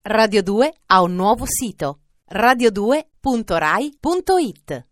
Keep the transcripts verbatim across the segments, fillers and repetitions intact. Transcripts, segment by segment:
Radio due ha un nuovo sito, radio due punto rai punto it.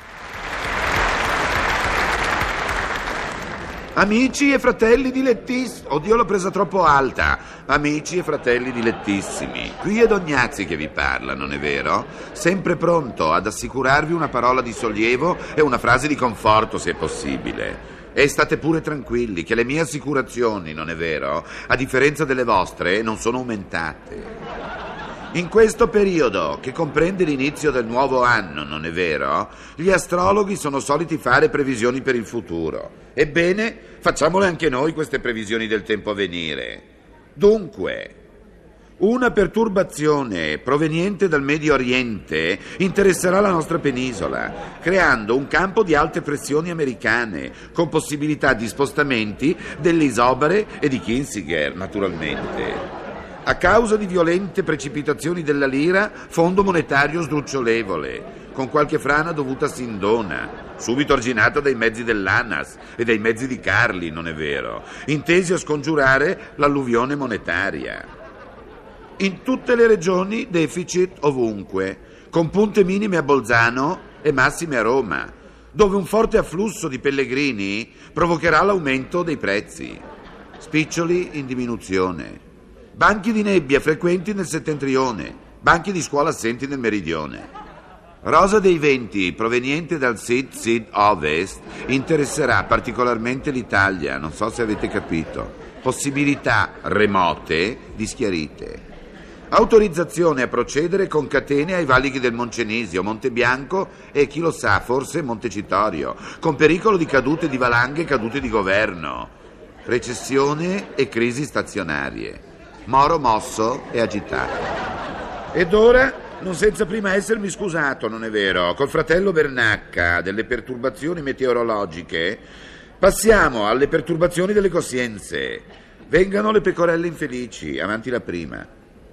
Amici e fratelli dilettissimi. Oddio, l'ho presa troppo alta. Amici e fratelli dilettissimi, qui è Dognazzi che vi parla, non è vero? Sempre pronto ad assicurarvi una parola di sollievo e una frase di conforto, se è possibile. E state pure tranquilli che le mie assicurazioni, non è vero, a differenza delle vostre, non sono aumentate. In questo periodo, che comprende l'inizio del nuovo anno, non è vero, gli astrologhi sono soliti fare previsioni per il futuro. Ebbene, facciamole anche noi queste previsioni del tempo a venire. Dunque, una perturbazione proveniente dal Medio Oriente interesserà la nostra penisola, creando un campo di alte pressioni americane, con possibilità di spostamenti dell'Isobare e di Kinziger, naturalmente. A causa di violente precipitazioni della lira, fondo monetario sdrucciolevole, con qualche frana dovuta a Sindona, subito arginata dai mezzi dell'ANAS e dai mezzi di Carli, non è vero, intesi a scongiurare l'alluvione monetaria. In tutte le regioni deficit ovunque, con punte minime a Bolzano e massime a Roma, dove un forte afflusso di pellegrini provocherà l'aumento dei prezzi. Spiccioli in diminuzione. Banchi di nebbia frequenti nel settentrione, banchi di scuola assenti nel meridione. Rosa dei venti proveniente dal Sud-Sud-Ovest interesserà particolarmente l'Italia, non so se avete capito. Possibilità remote di schiarite. Autorizzazione a procedere con catene ai valichi del Moncenisio, Monte Bianco e chi lo sa, forse Montecitorio, con pericolo di cadute di valanghe e cadute di governo. Recessione e crisi stazionarie. Moro mosso e agitato. Ed ora, non senza prima essermi scusato, non è vero, col fratello Bernacca delle perturbazioni meteorologiche, passiamo alle perturbazioni delle coscienze. Vengano le pecorelle infelici, avanti la prima.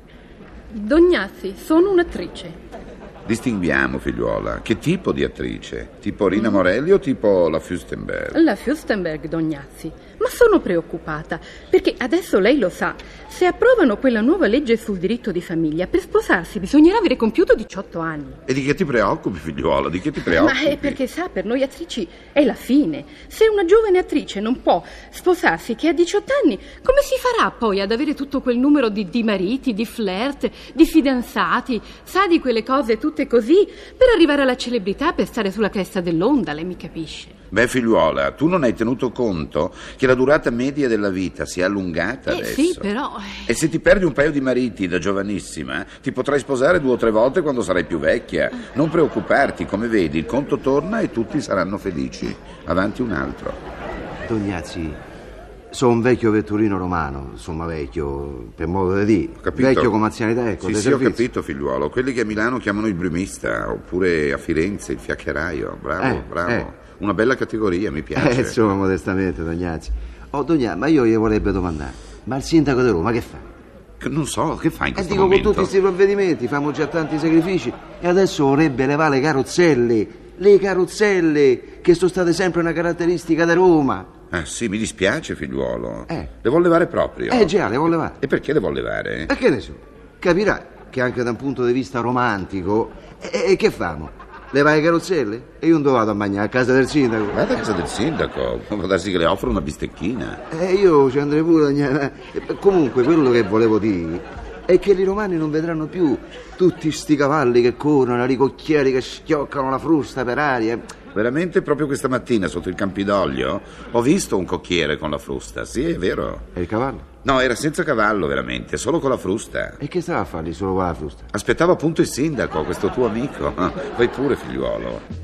Dognazzi, sono un'attrice. Distinguiamo, figliuola, che tipo di attrice? Tipo Rina Morelli o tipo la Fürstenberg? La Fürstenberg, Dognazzi. Ma sono preoccupata, perché adesso lei lo sa, se approvano quella nuova legge sul diritto di famiglia, per sposarsi bisognerà avere compiuto diciotto anni. E di che ti preoccupi, figliuola? Di che ti preoccupi? Ma è perché sa, per noi attrici è la fine. Se una giovane attrice non può sposarsi che ha diciotto anni, come si farà poi ad avere tutto quel numero di, di mariti, di flirt, di fidanzati, sa, di quelle cose tutte così, per arrivare alla celebrità, per stare sulla cresta dell'onda, lei mi capisce? Beh, figliuola, tu non hai tenuto conto che la durata media della vita si è allungata eh, adesso. Sì, però... E se ti perdi un paio di mariti da giovanissima, ti potrai sposare due o tre volte quando sarai più vecchia. Non preoccuparti, come vedi, il conto torna e tutti saranno felici. Avanti un altro. Dognazzi, sono un vecchio vetturino romano, insomma vecchio, per modo di dire. Ho capito. Vecchio come anzianità, ecco. Sì, dei sì, servizi. ho capito, figliuolo. Quelli che a Milano chiamano il brumista, oppure a Firenze il fiaccheraio. Bravo, Eh, bravo. eh. Una bella categoria, mi piace. Eh, insomma, modestamente, Dognazzi. Oh, Dognazzi, ma io gli vorrebbe domandare, ma il sindaco di Roma che fa? Che non so, che fa in E questo dico, momento? con tutti questi provvedimenti, famo già tanti sacrifici, e adesso vorrebbe levare le carrozzelle, le carrozzelle, che sono state sempre una caratteristica di Roma. Ah, sì, mi dispiace, figliuolo. Eh. Le vuol levare proprio? Eh già, le vuol levare. E perché le vuol levare? E che ne so, capirà che anche da un punto di vista romantico, e, e che famo? Levare le carrozzelle? E io non dove vado a mangiare? A casa del sindaco? Vada a casa del sindaco, può darsi che le offro una bistecchina. Eh, io ci andrei pure. Ogni... Comunque, quello che volevo dire è che i romani non vedranno più tutti sti cavalli che corrono, i ricocchieri che schioccano la frusta per aria. Veramente proprio questa mattina sotto il Campidoglio ho visto un cocchiere con la frusta, sì, è vero. E il cavallo? No, era senza cavallo veramente, solo con la frusta. E che stava a fargli solo con la frusta? Aspettavo appunto il sindaco, questo tuo amico. Vai pure, figliuolo.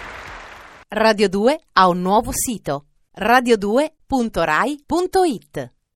Radio due ha un nuovo sito, radio due punto rai punto it.